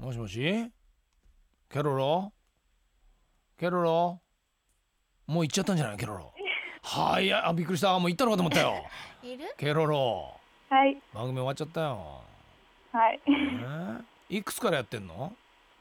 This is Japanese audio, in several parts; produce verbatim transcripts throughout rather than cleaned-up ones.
もしもしケロロケロロもう行っちゃったんじゃないケロロはいやあびっくりしたもう行ったのかと思ったよいるケロロはい番組終わっちゃったよ、 はいえー、いくつからやってんの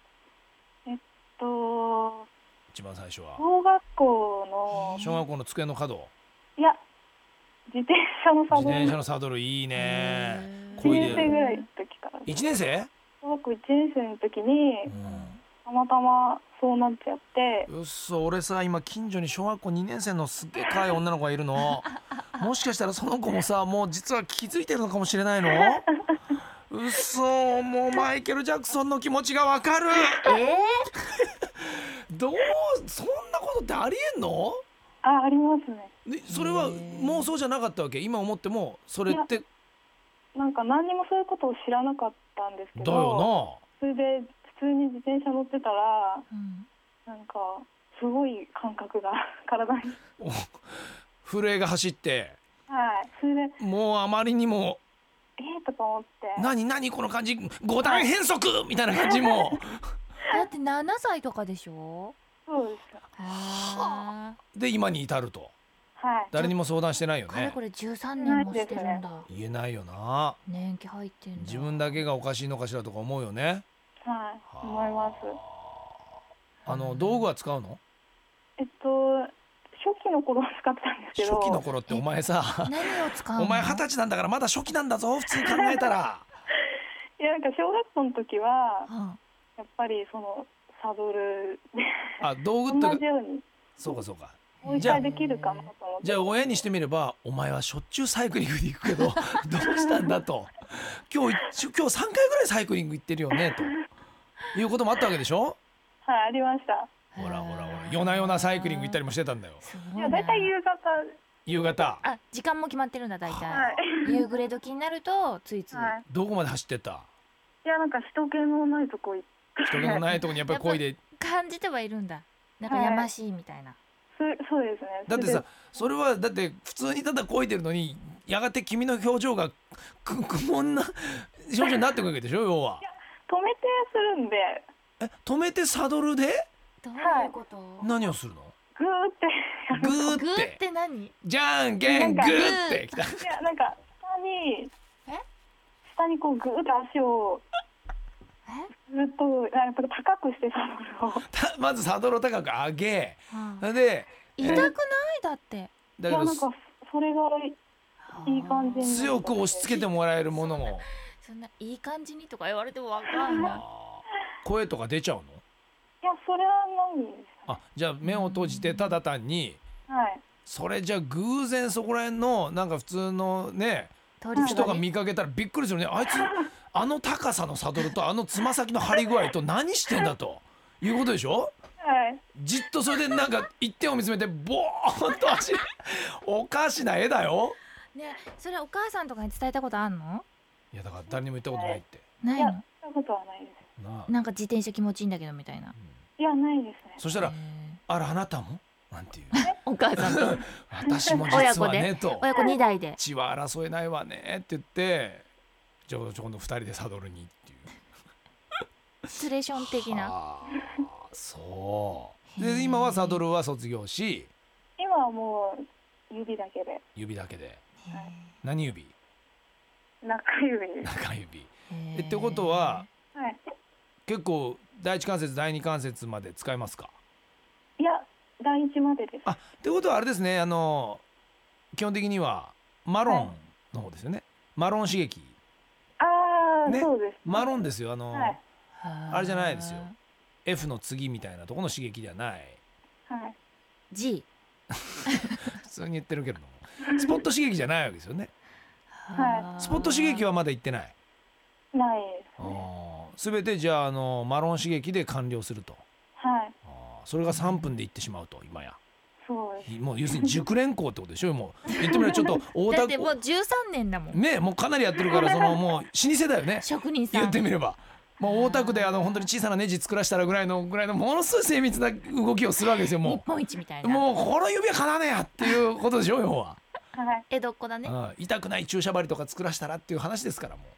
と一番最初は小学校の小学校の机の角いや自転車のサドル自転車のサドルいいねいちこいでねん生ぐらいの時からいちねん生小学校いちねん生の時にたまたまそうなっちゃってうっそ俺さ今近所に小学校にねん生のすっげえ可愛い女の子がいるのもしかしたらその子もさもう実は気づいてるのかもしれないのうっそもうマイケル・ジャクソンの気持ちがわかるえどうそんなことってありえんのあありますねでそれは妄想じゃなかったわけ今思ってもそれってなんか何にもそういうことを知らなかったんですけどだよそれで普通に自転車乗ってたらうんなんかすごい感覚が体にな震えが走ってはいそれでもうあまりにもえーとか思って何何この感じ五段変則みたいな感じもだってななさいとかでしょ。 そうですよあで今に至るとはい誰にも相談してないよねあかれこれじゅうさんねんもしてるんだ。 言えないよな年季入ってんだ。 自分だけがおかしいのかしらとか思うよねはい思いますあの道具は使うのえっと初期の頃は使ってたんですけど初期の頃ってお前さ何を使うの。 お前二十歳なんだからまだ初期なんだぞ普通に考えたらいやなんか小学校の時ははやっぱりそのサドルであ道具って同じようにそうかそうかもう一回できるかなと思ってじゃあ親にしてみればお前はしょっちゅうサイクリングに行くけどどうしたんだと今日今日さんかいぐらいサイクリング行ってるよねということもあったわけでしょはいありましたほらほらほら夜な夜なサイクリング行ったりもしてたんだよすいごいね。 や大体夕方夕方あ時間も決まってるんだ大体。 はい夕暮れ時になるとついつい。 はいどこまで走ってったいやなんか人気のないとこ行って人気のないとこにやっぱり漕いで感じてはいるんだ。なんかやましいみたいな。 そそうですねだってさそれはだって普通にただ漕いでるのにやがて君の表情がく苦悶な表情になってくるわけでしょ要は止めてするんでえ止めてサドルでどういうこと。 何をするのグーってやるグーグーっってて何。 じゃんけんグーってきたいやなんか下にえ下にこうグーって足をえずっとなんか高くしてサドルをたまずサドルを高く上げはあそれで痛くないだって。 だけどいやなんかそれがいい感じに強く押し付けてもらえるものをそんないい感じにとか言われてもわかんない。 あー声とか出ちゃうのいやそれはないですあじゃあ目を閉じてただ単にはいそれじゃあ偶然そこら辺のなんか普通のね人が通りすがり。 見かけたらびっくりするねあいつあの高さのサドルとあのつま先の張り具合と何してんだということでしょはいじっとそれでなんか一点を見つめてボーンと走るおかしな絵だよねそれお母さんとかに伝えたことあんの。 いやだから誰にも言ったことないってないの。 いやそんなことはないですなあ、 なんか自転車気持ちいいんだけどみたいな。 うんいやないですねそしたらへあらあなたもなんていうーお母さんと私も親子実はねでと親子にだいで。 血は争えないわねって言ってちょうど今度ふたりでサドルにっていうスレーション的な。 はあそうへえで今はサドルは卒業し今はもう指だけで指だけでへ何指中指中指ーえってことははい結構第一関節第二関節まで使えますかいや第一までですあってことはあれですねあの基本的にはマロンの方ですよね、マロン刺激ああ、 ねそうですマロンですよあの、 はいあれじゃないですよ F の次みたいなところの刺激ではないはい G。 普通に言ってるけれどもスポット刺激じゃないわけですよねはスポット刺激はまだ行ってないないですねすべてじゃあ、あのマロン刺激で完了するとはいあーそれがさんぷんで行ってしまうと今やそうですもう要するに熟練校ってことでしょもう言ってみればちょっと大田だってもうじゅうさんねんだもん。 ねもうかなりやってるからそのもう老舗だよね職人さん。 言ってみればもう大田区であの本当に小さなネジ作らしたらぐらいのぐらいのものすごい精密な動きをするわけですよ日も本一みたいうな。 もうこの指はかなわねえやっていうことでしょ要は、 はい江戸っ子だね。 うん、痛くない注射針とか作らしたらっていう話ですからもう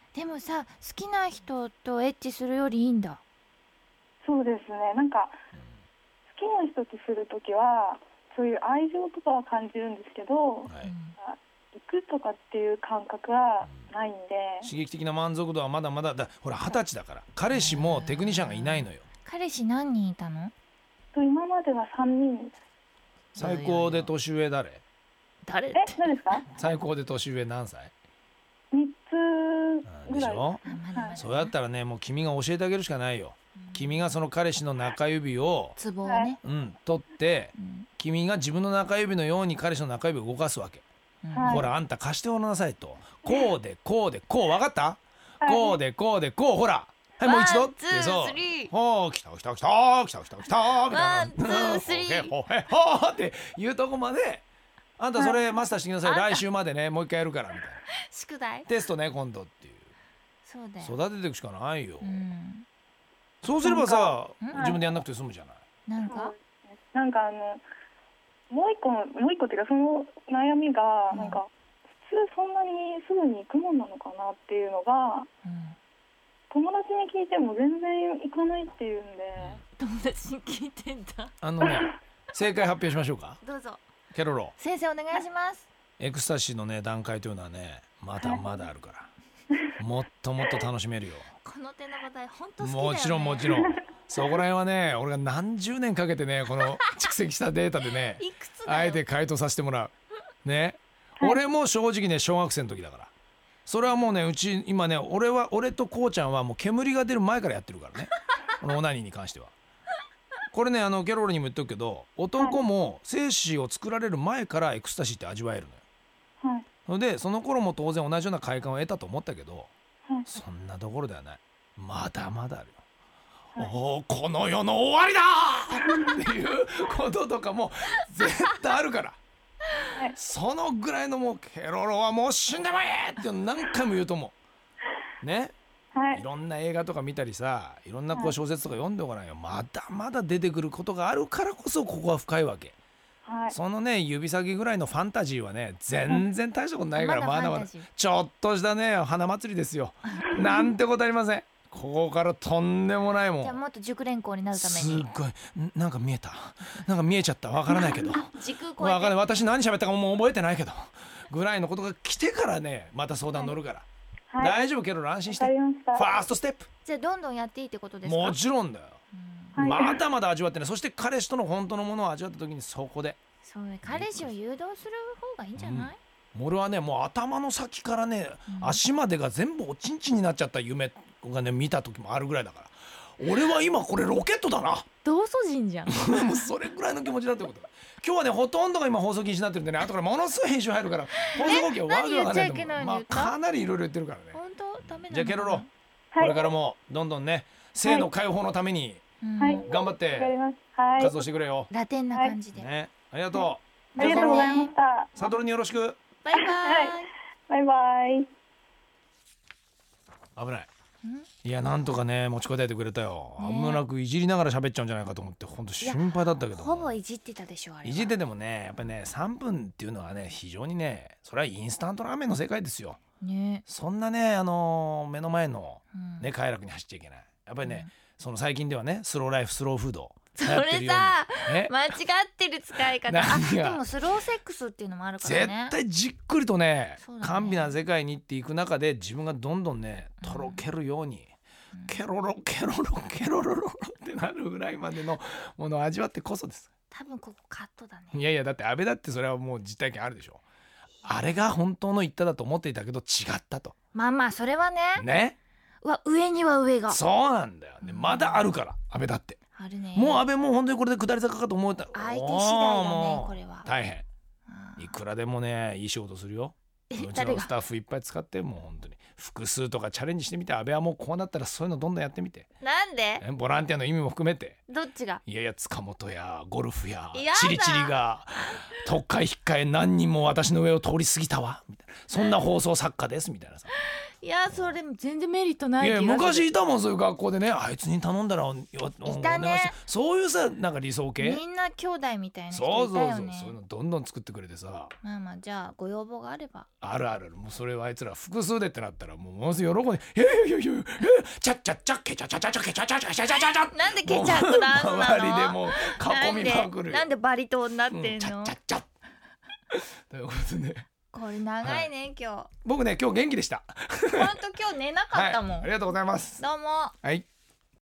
でもさ、好きな人とエッチするよりいいんだ。 そうですね。なんか好きな人とするときはそういう愛情とかは感じるんですけど、 はい、 行くとかっていう感覚はないんで、 刺激的な満足度はまだまだだ。ほら二十歳だから、彼氏もテクニシャンがいないのよ。 彼氏何人いたの？ と今まではさんにんです。 最高で年上誰？ え、 誰って。 何ですか？ 最高で年上何歳？ みっつぐらい。 でしょ。 あ、まだまだそうやったらね、もう君が教えてあげるしかないよ。君がその彼氏の中指を、 ツボをね、 うん取って、 うん君が自分の中指のように彼氏の中指を動かすわけ。 うんはいほらあんた貸しておらなさいと。こうでこうでこう、分かった？ はいこうでこうでこう、ほらはい、もう一度って。 ワンツーそうスリーほう、来た来た来た来た来た来たみたいな、 ワンツースリーほへほへほっていうとこまで、あんたそれマスターしてきなさい、来週までね、もう一回やるからみたいな。 宿題。 テストね今度っていう。 そうだよ。 育てていくしかないよ、 うん。 そうすればさ、 なんか自分でやんなくて済むじゃない。 なんかなんかあのもう一個のもう一個っていうかその悩みがなんか普通そんなにすぐに行くもんなのかなっていうのがうん。 友達に聞いても全然行かないっていうんで、 友達に聞いてんだ。 あのね正解発表しましょうか。 どうぞ。 ケロロ、 先生お願いします。 エクスタシーのね段階というのはねまだまだあるからもっともっと楽しめるよ。 この手の話題本当好きだよね。 もちろんもちろんそこら辺はね俺が何十年かけてねこの蓄積したデータでねいくつだよ。 あえて回答させてもらうね、俺も正直ね小学生の時だから、それはもうねうち今ね俺は俺とこうちゃんはもう煙が出る前からやってるからねこのオナニーに関しては。これねあのケロロにも言っとくけど、男も精子を作られる前からエクスタシーって味わえるのよ。 はいそれでその頃も当然同じような快感を得たと思ったけど、 はいそんなところではない。まだまだあるよ、 はいおおこの世の終わりだーっていうこととかも絶対あるから、 はい、 そのぐらいのもうケロロはもう死んでもいいっていうの何回も言うと思うね。 はいいろんな映画とか見たりさ、いろんなこう小説とか読んでおかないよ。まだまだ出てくることがあるからこそここは深いわけ。 はいそのね指先ぐらいのファンタジーはね全然大したことないから、まだまだファンタジーちょっとしたね花祭りですよなんてことありません。ここからとんでもないもん。 じゃあもっと熟練校になるためすっにごいんなんか見えたなんか見えちゃったわからないけど時空超わかんないえて。 私何喋ったかもう覚えてないけどぐらいのことが来てからねまた相談乗るから、 はい、 大丈夫ケロロ安心して。 わかフりました。 ァーストステップじゃあどんどんやっていいってことですか？ もちろんだよ、 うんはいまだまだ味わってね。そして彼氏との本当のものを味わった時にそこでそうね、彼氏を誘導する方がいいんじゃない？ 俺はねもう頭の先からね、 うん足までが全部おちんちんになっちゃった夢がね見た時もあるぐらいだから、俺は今これロケットだな同祖人じゃん。 もうそれぐらいの気持ちだってことだ。今日はねほとんどが今放送禁止になってるんでね、後からものすごい編集入るから放送後期はわけわかんないと思う。 何言っちゃいけないのまあ言ったかなりいろいろ言ってるからね。 本当ダメなの？ じゃあケロロ、 はいこれからもどんどんね性の解放のためにうんはい頑張ってわかります。はい。 活動してくれよ、 ラテンな感じで。 ね、ありがとう。 ありがとうございました。 サトルによろしく。 バイバイ。 バイバイ。 危ない。 うんいやなんとかね持ちこたえてくれたよ、 ね危なくいじりながら喋っちゃうんじゃないかと思って本当心配だったけど、 ほぼいじってたでしょあれは。 いじっててもねやっぱりねさんぷんっていうのはね非常にねそれはインスタントラーメンの世界ですよ。 ね。 そんなねあのー目の前のうんね快楽に走っちゃいけない。やっぱりね、 うんその最近ではねスローライフスローフードそ流行ってるよれさうにね間違ってる使い方。あ何がでもスローセックスっていうのもあるから絶ね。 対じっくりとねそうだね甘美な世界に行っていく中で自分がどんどんねとろけるように、 うんケロロケロロケロロロロってなるぐらいまでのものを味わってこそです。 多分ここカットだね。 いやいやだって安倍だってそれはもう実体験あるでしょ。あれが本当の言っただと思っていたけど違ったとまあまあそれはね。 ね。 うわ上には上がそうなんだよね。まだあるから安倍だってあるね。 もう安倍もう本当にこれで下り坂かと思った。 相手次第だねもうこれは。 大変。 うんいくらでもねいい仕事するよ。 えうち誰がのスタッフいっぱい使ってもう本当に複数とかチャレンジしてみて。安倍はもうこうなったらそういうのどんどんやってみて、 なんでえボランティアの意味も含めて。 どっちがいやいや塚本やゴルフややだチリチリが特会引っかえ何人も私の上を通り過ぎたわみたいな、そんな放送作家ですみたいなさ、 いやそれ全然メリットないいや気がする。 昔いたもんそういう学校でね、あいつに頼んだらおおいたねお願いしてそういうさなんか理想系、 みんな兄弟みたいな人そうそういたよね。 そうそういうのどんどん作ってくれてさ、 まあまあじゃあご要望があれば。 あるある、もうそれはあいつら複数でってなったらもうものすごい喜んで「いやいやいやいやチャッチャッチャッケチャチャチャチャケチャチャチャチャチャチャチャ」 なんでケチャックダンスなの？ 周りでもう囲みまくるよ。 なんでなんでバリトンになってうんんの？ チャッチャッチャッということでこれ長いね、今日。 僕ね今日元気でした。 ほんと今日寝なかったもん。 はい、ありがとうございます。 どうも。 はい。